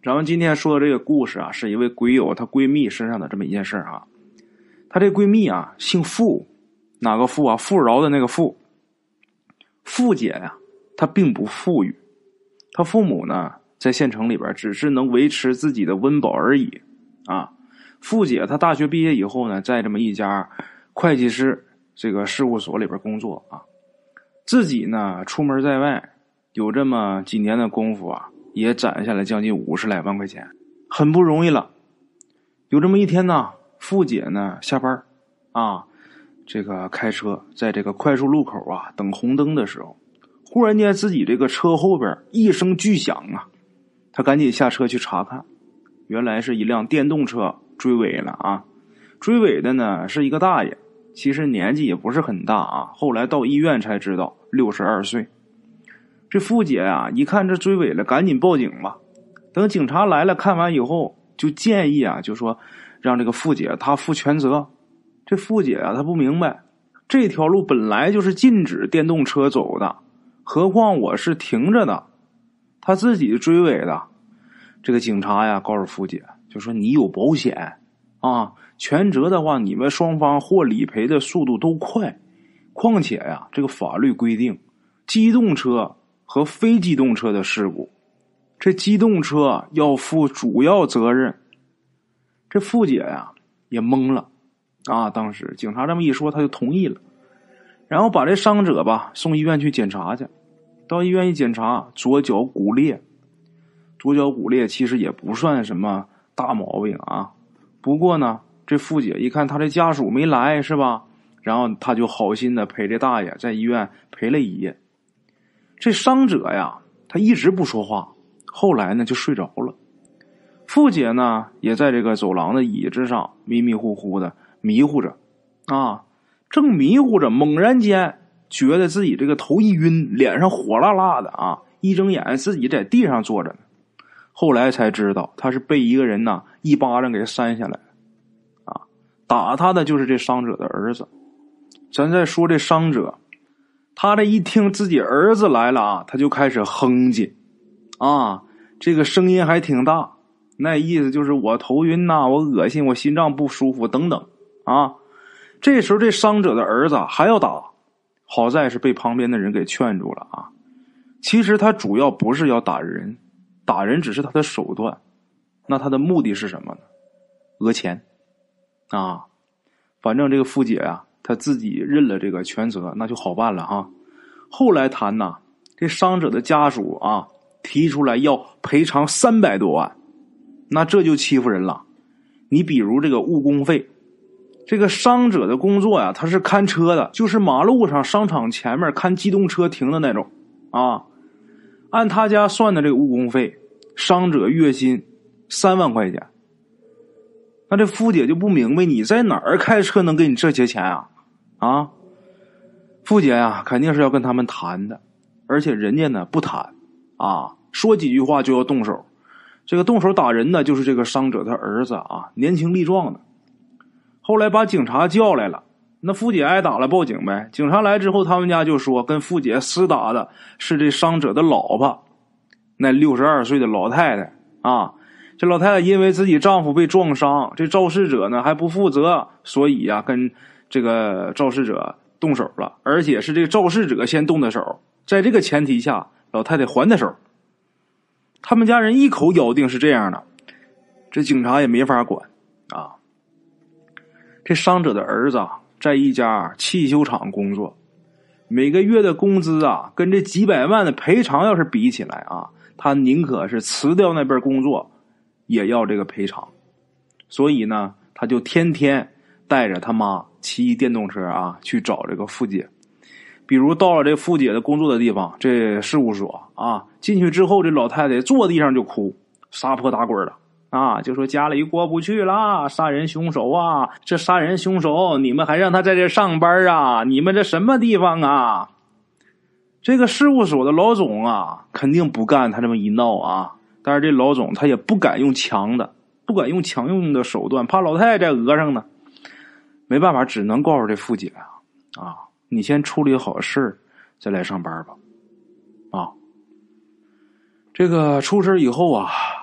咱们今天说的这个故事啊，是一位鬼友她闺蜜身上的这么一件事啊。她这闺蜜啊姓傅，哪个傅啊？富饶的那个富。傅姐呀，她并不富裕，她父母呢在县城里边只是能维持自己的温饱而已啊。傅姐她大学毕业以后呢，在这么一家会计师这个事务所里边工作啊，自己呢出门在外有这么几年的功夫啊，也攒下来将近50来万块钱，很不容易了。有这么一天呢，傅姐呢下班啊，这个开车在这个快速路口啊等红灯的时候，忽然间自己这个车后边一声巨响啊，她赶紧下车去查看，原来是一辆电动车追尾了啊。追尾的呢是一个大爷，其实年纪也不是很大啊，后来到医院才知道62岁。这傅姐啊一看这追尾了，赶紧报警吧。等警察来了，看完以后就建议啊，就说让这个傅姐她负全责。这傅姐啊她不明白，这条路本来就是禁止电动车走的，何况我是停着的，她自己追尾的。这个警察呀告诉傅姐，就说你有保险啊，全责的话你们双方获理赔的速度都快。况且呀，这个法律规定机动车和非机动车的事故，这机动车要负主要责任。这傅姐呀也懵了啊，当时警察这么一说，他就同意了，然后把这伤者吧送医院去检查去。到医院一检查，左脚骨裂。左脚骨裂其实也不算什么大毛病啊，不过呢这傅姐一看他这家属没来是吧，然后他就好心的陪这大爷在医院陪了一夜。这伤者呀他一直不说话，后来呢就睡着了。傅姐呢也在这个走廊的椅子上迷迷糊糊的迷糊着啊，正迷糊着，猛然间觉得自己这个头一晕，脸上火辣辣的啊，一睁眼自己在地上坐着呢。后来才知道他是被一个人呢一巴掌给扇下来啊，打他的就是这伤者的儿子。咱再说这伤者，他这一听自己儿子来了啊，他就开始哼唧啊，这个声音还挺大，那意思就是我头晕呐，我恶心，我心脏不舒服等等啊。这时候这伤者的儿子还要打，好在是被旁边的人给劝住了啊。其实他主要不是要打人，打人只是他的手段，那他的目的是什么呢？讹钱啊。反正这个傅姐啊他自己认了这个全责，那就好办了哈。后来谈呐，这伤者的家属啊提出来要赔偿300多万，那这就欺负人了。你比如这个误工费，这个伤者的工作呀他是看车的，就是马路上商场前面看机动车停的那种啊。按他家算的这个误工费，伤者月薪3万块钱。那这傅姐就不明白，你在哪儿开车能给你这些钱啊？啊，傅姐呀肯定是要跟他们谈的，而且人家呢不谈啊，说几句话就要动手。这个动手打人的就是这个伤者他儿子啊，年轻力壮的。后来把警察叫来了，那傅姐挨打了报警呗。警察来之后，他们家就说跟傅姐厮打的是这伤者的老婆，那62岁的老太太啊。这老太太因为自己丈夫被撞伤，这肇事者呢还不负责，所以啊跟这个肇事者动手了，而且是这个肇事者先动的手。在这个前提下，老太太还的手。他们家人一口咬定是这样的，这警察也没法管啊。这伤者的儿子啊在一家汽修厂工作，每个月的工资啊跟这几百万的赔偿要是比起来啊，他宁可是辞掉那边工作也要这个赔偿。所以呢他就天天带着他妈骑电动车啊去找这个傅姐。比如到了这傅姐的工作的地方，这事务所啊，进去之后这老太太坐地上就哭，撒泼打滚的啊，就说家里过不去啦，杀人凶手啊，这杀人凶手你们还让他在这上班啊，你们这什么地方啊。这个事务所的老总啊肯定不干他这么一闹啊，但是这老总他也不敢用强硬的手段，怕老太太在讹上呢。没办法，只能告诉这傅姐啊，你先处理好事再来上班吧。啊，这个出事以后啊，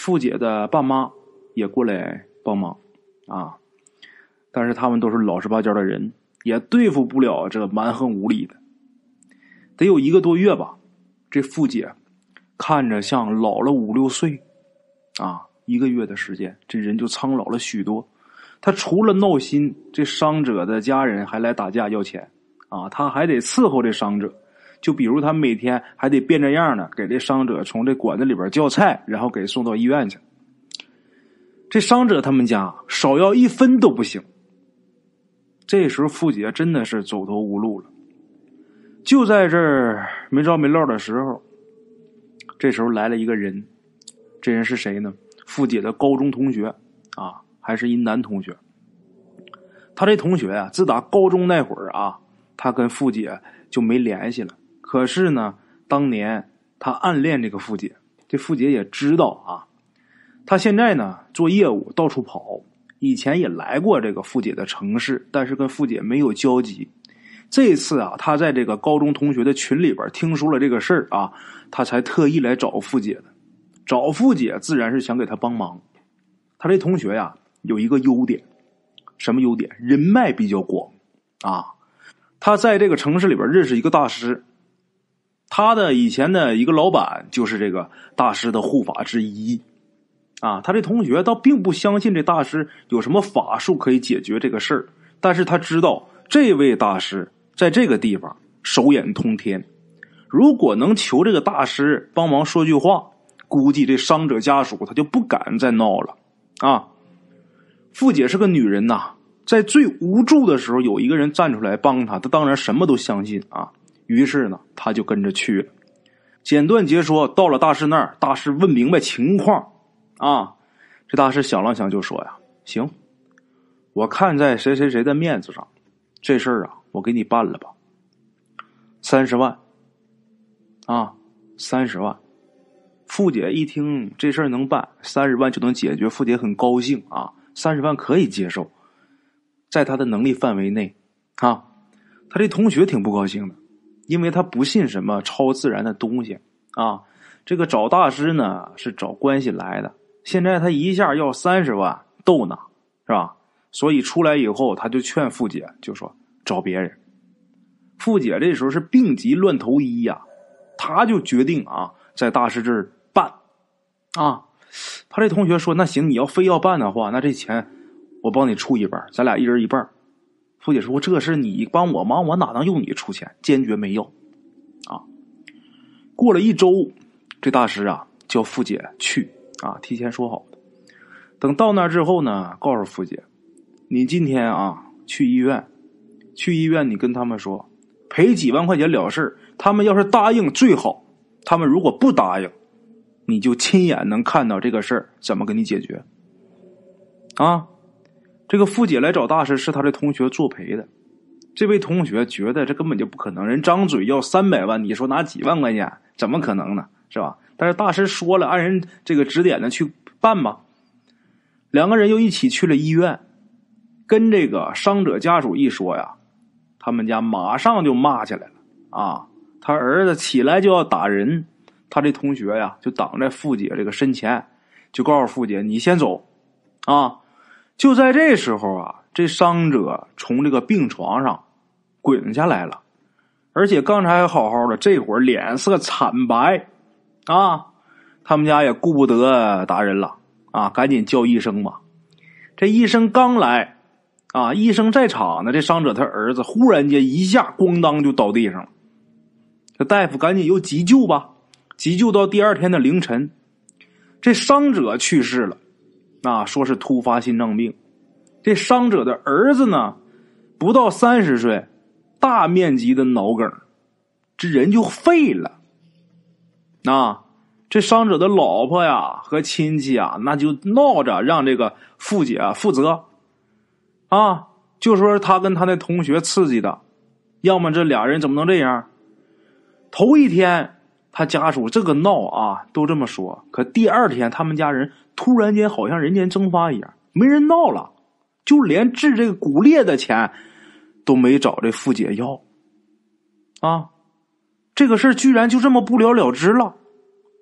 付姐的爸妈也过来帮忙啊，但是他们都是老实巴交的人，也对付不了这蛮横无理的。得有1个多月吧，这付姐看着像老了5、6岁啊，1个月的时间，这人就苍老了许多。他除了闹心，这伤者的家人还来打架要钱啊，他还得伺候这伤者。就比如他每天还得变着样的给这伤者从这馆子里边叫菜，然后给送到医院去。这伤者他们家少要1分都不行。这时候付姐真的是走投无路了。就在这儿没着没落的时候，这时候来了一个人。这人是谁呢？付姐的高中同学啊，还是一男同学。他这同学啊，自打高中那会儿啊，他跟付姐就没联系了。可是呢，当年他暗恋这个付姐，这付姐也知道啊。他现在呢做业务到处跑，以前也来过这个付姐的城市，但是跟付姐没有交集。这次啊，他在这个高中同学的群里边听说了这个事儿啊，他才特意来找付姐的。找付姐自然是想给他帮忙。他这同学呀有一个优点，什么优点？人脉比较广啊。他在这个城市里边认识一个大师，他的以前的一个老板就是这个大师的护法之一啊。他这同学倒并不相信这大师有什么法术可以解决这个事儿，但是他知道这位大师在这个地方手眼通天，如果能求这个大师帮忙说句话，估计这伤者家属他就不敢再闹了啊。付姐是个女人呐，在最无助的时候有一个人站出来帮她，她当然什么都相信啊。于是呢，她就跟着去了。简短截说，到了大师那儿，大师问明白情况啊。这大师想了想就说呀，行，我看在谁谁谁的面子上，这事儿啊我给你办了吧，30万啊，30万。付姐一听这事儿能办，30万就能解决，付姐很高兴啊，30万可以接受，在他的能力范围内啊。他这同学挺不高兴的，因为他不信什么超自然的东西啊。这个找大师呢是找关系来的，现在他一下要30万逗呢，是吧？所以出来以后他就劝付姐，就说找别人。付姐这时候是病急乱投医呀，他就决定啊在大师这儿办啊。他这同学说那行，你要非要办的话，那这钱我帮你出一半，咱俩一人一半。付姐说这事你帮我忙，我哪能用你出钱，坚决没要啊。过了1周，这大师啊叫付姐去啊，提前说好的。等到那之后呢，告诉付姐，你今天啊去医院你跟他们说赔几万块钱了事，他们要是答应最好，他们如果不答应，你就亲眼能看到这个事儿怎么给你解决啊。这个付姐来找大师是他的同学作陪的，这位同学觉得这根本就不可能，人张嘴要300万，你说拿几万块钱怎么可能呢，是吧？但是大师说了，按人这个指点的去办吧。2个人又一起去了医院，跟这个伤者家属一说呀，他们家马上就骂起来了啊！他儿子起来就要打人，他这同学呀就挡在付姐这个身前，就告诉付姐你先走啊。就在这时候啊，这伤者从这个病床上滚下来了，而且刚才还好好的，这会儿脸色惨白啊。他们家也顾不得打人了啊，赶紧叫医生吧。这医生刚来啊，医生在场呢，这伤者他儿子忽然间一下咣当就倒地上了。这大夫赶紧又急救吧，急救到第2天的凌晨，这伤者去世了啊，说是突发心脏病。这伤者的儿子呢不到30岁，大面积的脑梗，这人就废了啊。这伤者的老婆呀和亲戚啊，那就闹着让这个付姐啊负责啊，就说他跟他那同学刺激的，要么这俩人怎么能这样。头一天他家属这个闹啊都这么说，可第2天他们家人突然间好像人间蒸发一样，没人闹了，就连治这个骨裂的钱都没找这付姐要啊。这个事居然就这么不了了之了。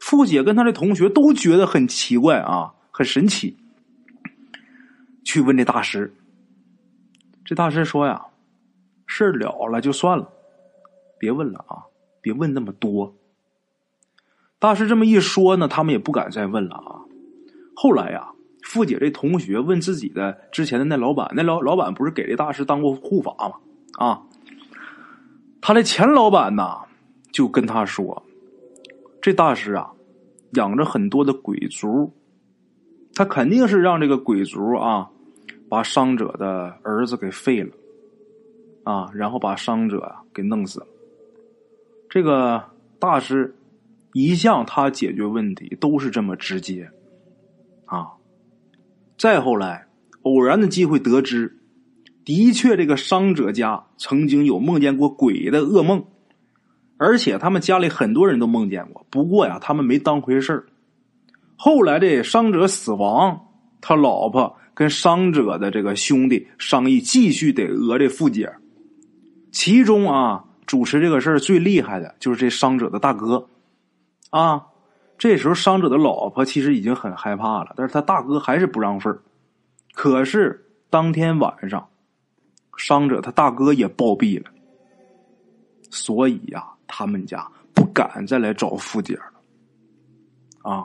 付姐跟她的同学都觉得很奇怪啊，很神奇。去问这大师，这大师说呀，事儿了了就算了，别问了啊，别问那么多。大师这么一说呢，他们也不敢再问了啊。后来呀，付姐这同学问自己的之前的那老板，那老板不是给这大师当过护法吗？啊，他的前老板呐，就跟他说，这大师啊，养着很多的鬼族，他肯定是让这个鬼族啊，把伤者的儿子给废了啊，然后把伤者啊给弄死了。这个大师一向他解决问题都是这么直接啊。再后来偶然的机会得知，的确这个伤者家曾经有梦见过鬼的噩梦，而且他们家里很多人都梦见过，不过呀他们没当回事儿。后来这伤者死亡，他老婆跟伤者的这个兄弟商议继续得讹这付姐，其中啊主持这个事儿最厉害的就是这伤者的大哥啊。这时候伤者的老婆其实已经很害怕了，但是他大哥还是不让份儿。可是当天晚上伤者他大哥也暴毙了，所以呀他们家不敢再来找付姐了啊。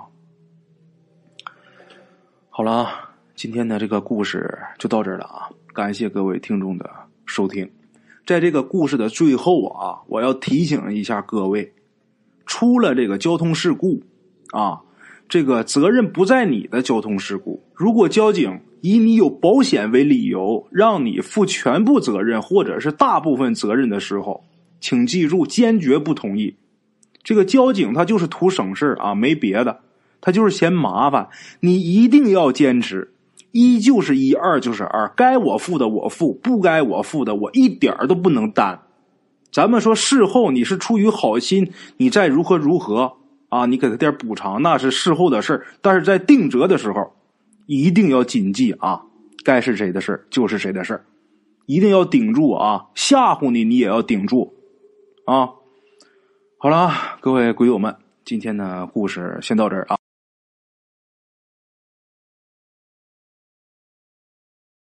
好了，今天的这个故事就到这儿了啊，感谢各位听众的收听。在这个故事的最后啊，我要提醒一下各位，出了这个交通事故啊，这个责任不在你的交通事故，如果交警以你有保险为理由让你负全部责任或者是大部分责任的时候，请记住坚决不同意。这个交警他就是图省事啊，没别的，他就是嫌麻烦，你一定要坚持，一就是一，二就是二，该我付的我付，不该我付的我一点都不能担。咱们说事后你是出于好心，你再如何如何啊，你给他点补偿那是事后的事，但是在定责的时候一定要谨记啊，该是谁的事就是谁的事，一定要顶住啊，吓唬你你也要顶住啊。好了，各位鬼友们，今天的故事先到这儿啊。